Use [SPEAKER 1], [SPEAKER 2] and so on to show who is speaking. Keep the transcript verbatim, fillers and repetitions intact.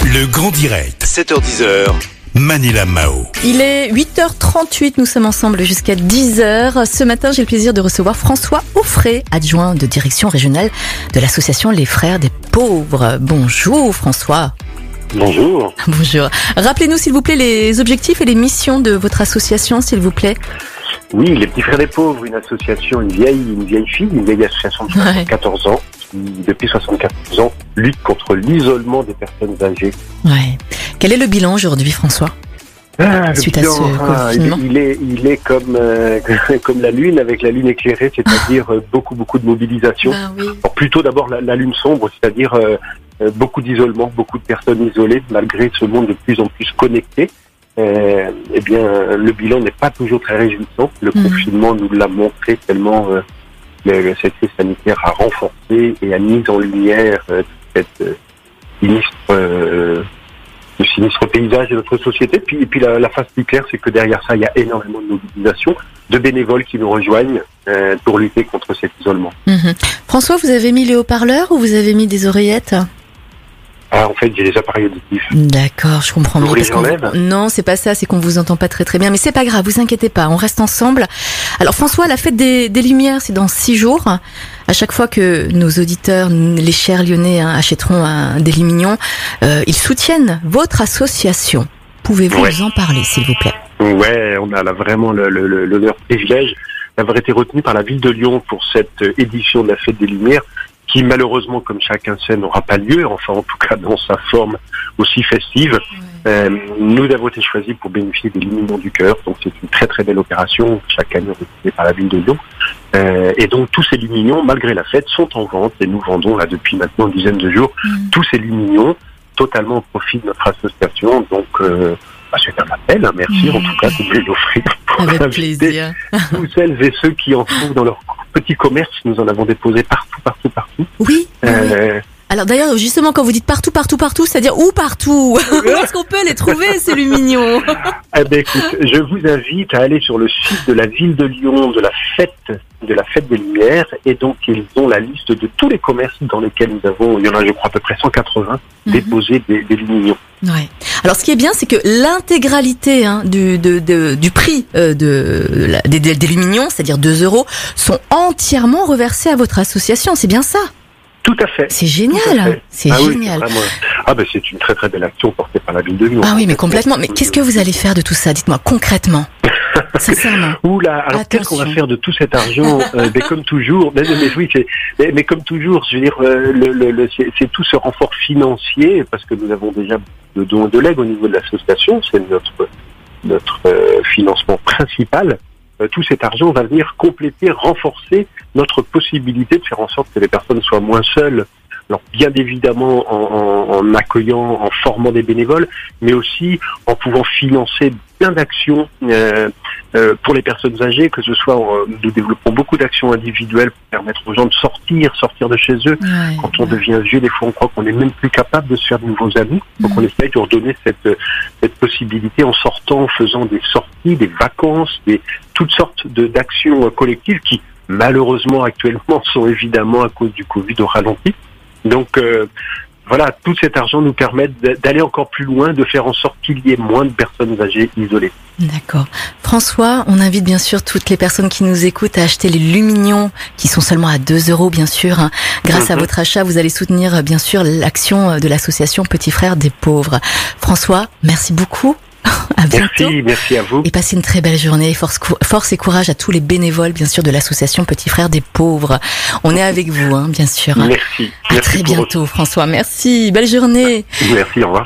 [SPEAKER 1] Le Grand Direct, sept heures dix, Manila Mao.
[SPEAKER 2] Il est huit heures trente-huit, nous sommes ensemble jusqu'à dix heures. Ce matin, j'ai le plaisir de recevoir François Auffray, adjoint de direction régionale de l'association Les Frères des Pauvres. Bonjour François.
[SPEAKER 3] Bonjour.
[SPEAKER 2] Bonjour. Rappelez-nous s'il vous plaît les objectifs et les missions de votre association, s'il vous plaît.
[SPEAKER 3] Oui, les Petits Frères des Pauvres, une association, une vieille, une vieille fille, une vieille association de soixante-quatorze ans, qui, depuis soixante-quatorze ans, lutte contre l'isolement des personnes âgées.
[SPEAKER 2] Ouais. Quel est le bilan aujourd'hui, François?
[SPEAKER 3] Ah,
[SPEAKER 2] Suite
[SPEAKER 3] bilan,
[SPEAKER 2] à ce
[SPEAKER 3] ah,
[SPEAKER 2] confinement.
[SPEAKER 3] il, il est, il est comme, euh, comme la lune, avec la lune éclairée, c'est-à-dire euh, beaucoup, beaucoup de mobilisation.
[SPEAKER 2] Ah oui.
[SPEAKER 3] Alors, plutôt d'abord la, la lune sombre, c'est-à-dire euh, euh, beaucoup d'isolement, beaucoup de personnes isolées, malgré ce monde de plus en plus connecté. Euh, eh bien, le bilan n'est pas toujours très réjouissant. Le
[SPEAKER 2] Mmh.
[SPEAKER 3] confinement nous l'a montré tellement euh, le, le- cette crise sanitaire a renforcé et a mis en lumière euh, cette euh, sinistre, euh, le sinistre paysage de notre société. Puis, et puis la, la face plus claire, c'est que derrière ça, il y a énormément de mobilisation, de bénévoles qui nous rejoignent euh, pour lutter contre cet isolement.
[SPEAKER 2] Mhm. François, vous avez mis les haut-parleurs ou vous avez mis des oreillettes?
[SPEAKER 3] Ah, en fait, j'ai des appareils auditifs.
[SPEAKER 2] D'accord, je comprends
[SPEAKER 3] Vous
[SPEAKER 2] mieux.
[SPEAKER 3] voulez
[SPEAKER 2] parce
[SPEAKER 3] que
[SPEAKER 2] qu'on-
[SPEAKER 3] j'enlève
[SPEAKER 2] Non, c'est pas ça, c'est qu'on vous entend pas très très bien. Mais c'est pas grave, vous inquiétez pas, on reste ensemble. Alors François, la fête des, des Lumières, c'est dans six jours. À chaque fois que nos auditeurs, les chers Lyonnais, hein, achèteront un, des Lumignons, euh, ils soutiennent votre association. Pouvez-vous
[SPEAKER 3] Ouais.
[SPEAKER 2] nous en parler, s'il vous plaît?
[SPEAKER 3] Ouais, on a là vraiment le- le- le- l'honneur, privilège d'avoir été retenu par la ville de Lyon pour cette euh, édition de la Fête des Lumières, qui malheureusement, comme chacun sait, n'aura pas lieu, enfin en tout cas dans sa forme aussi festive. Euh, nous avons été choisis pour bénéficier des Lumignons du Cœur, donc c'est une très très belle opération, chaque année organisée par la ville de Lyon. Euh, et donc tous ces Lumignons, malgré la fête, sont en vente et nous vendons là depuis maintenant une dizaine de jours
[SPEAKER 2] Mm.
[SPEAKER 3] tous ces Lumignons totalement au profit de notre association. Donc euh, bah, c'est un appel, hein, merci
[SPEAKER 2] Mm.
[SPEAKER 3] en tout cas de nous l'offrir pour
[SPEAKER 2] Avec
[SPEAKER 3] inviter
[SPEAKER 2] plaisir.
[SPEAKER 3] tous celles et ceux qui en trouvent dans leur petit commerce. Nous en avons déposé partout, partout, partout.
[SPEAKER 2] Oui. oui, oui.
[SPEAKER 3] Euh,
[SPEAKER 2] Alors d'ailleurs, justement, quand vous dites partout, partout, partout, c'est-à-dire où partout? Où est-ce qu'on peut les trouver, ces Lumignons?
[SPEAKER 3] eh ben, écoute, je vous invite à aller sur le site de la ville de Lyon, de la fête, de la fête des Lumières, et donc ils ont la liste de tous les commerces dans lesquels nous avons, il y en a je crois à peu près cent quatre-vingts,
[SPEAKER 2] Mhm.
[SPEAKER 3] déposé des, des Lumignons.
[SPEAKER 2] Ouais. Alors, ce qui est bien, c'est que l'intégralité hein, du, de, de, du prix euh, de, la- des, des, des Lumignons, c'est-à-dire deux euros, sont entièrement reversés à votre association. C'est bien ça?
[SPEAKER 3] Tout à fait.
[SPEAKER 2] C'est
[SPEAKER 3] Tout à
[SPEAKER 2] génial.
[SPEAKER 3] fait.
[SPEAKER 2] C'est
[SPEAKER 3] ah oui, c'est
[SPEAKER 2] génial.
[SPEAKER 3] vraiment... Ah ben c'est une très très belle action portée par la ville de Lyon.
[SPEAKER 2] Ah oui, mais complètement. Mais qu'est-ce que vous allez faire de tout ça? Dites-moi concrètement. Sincèrement.
[SPEAKER 3] Oula, alors qu'est-ce qu'on va
[SPEAKER 2] Attention.
[SPEAKER 3] faire de tout cet argent euh, mais comme toujours, mais, mais oui, c'est, mais, mais comme toujours, je veux dire, euh, le, le, le- c'est, c'est tout ce renfort financier, parce que nous avons déjà de dons et de legs au niveau de l'association, c'est notre notre euh, financement principal. Euh, tout cet argent va venir compléter, renforcer notre possibilité de faire en sorte que les personnes soient moins seules. Alors bien évidemment en, en, en accueillant, en formant des bénévoles, mais aussi en pouvant financer plein d'actions euh, euh, pour les personnes âgées, que ce soit, euh, nous développons beaucoup d'actions individuelles pour permettre aux gens de sortir, sortir de chez eux.
[SPEAKER 2] Ouais.
[SPEAKER 3] Quand on devient vieux, des fois on croit qu'on n'est même plus capable de se faire de nouveaux amis. Donc
[SPEAKER 2] Mhm.
[SPEAKER 3] on essaye de leur donner cette, cette possibilité en sortant, en faisant des sorties, des vacances, des, toutes sortes de, d'actions euh, collectives qui malheureusement actuellement sont évidemment à cause du Covid au ralenti. Donc euh, voilà, tout cet argent nous permet d'aller encore plus loin, de faire en sorte qu'il y ait moins de personnes âgées isolées.
[SPEAKER 2] D'accord. François, on invite bien sûr toutes les personnes qui nous écoutent à acheter les Lumignons, qui sont seulement à deux euros, bien sûr. hein. Grâce à
[SPEAKER 3] Mhm.
[SPEAKER 2] votre achat, vous allez soutenir, euh, bien sûr, l'action de l'association Petits Frères des Pauvres. François, merci beaucoup. À bientôt.
[SPEAKER 3] Merci, merci à vous.
[SPEAKER 2] Et passez une très belle journée. Force, cou- force et courage à tous les bénévoles, bien sûr, de l'association Petits Frères des Pauvres. On est avec vous, hein, bien sûr.
[SPEAKER 3] Merci.
[SPEAKER 2] À
[SPEAKER 3] merci
[SPEAKER 2] très
[SPEAKER 3] pour
[SPEAKER 2] bientôt, François. Merci. Belle journée.
[SPEAKER 3] votre- Merci, au revoir.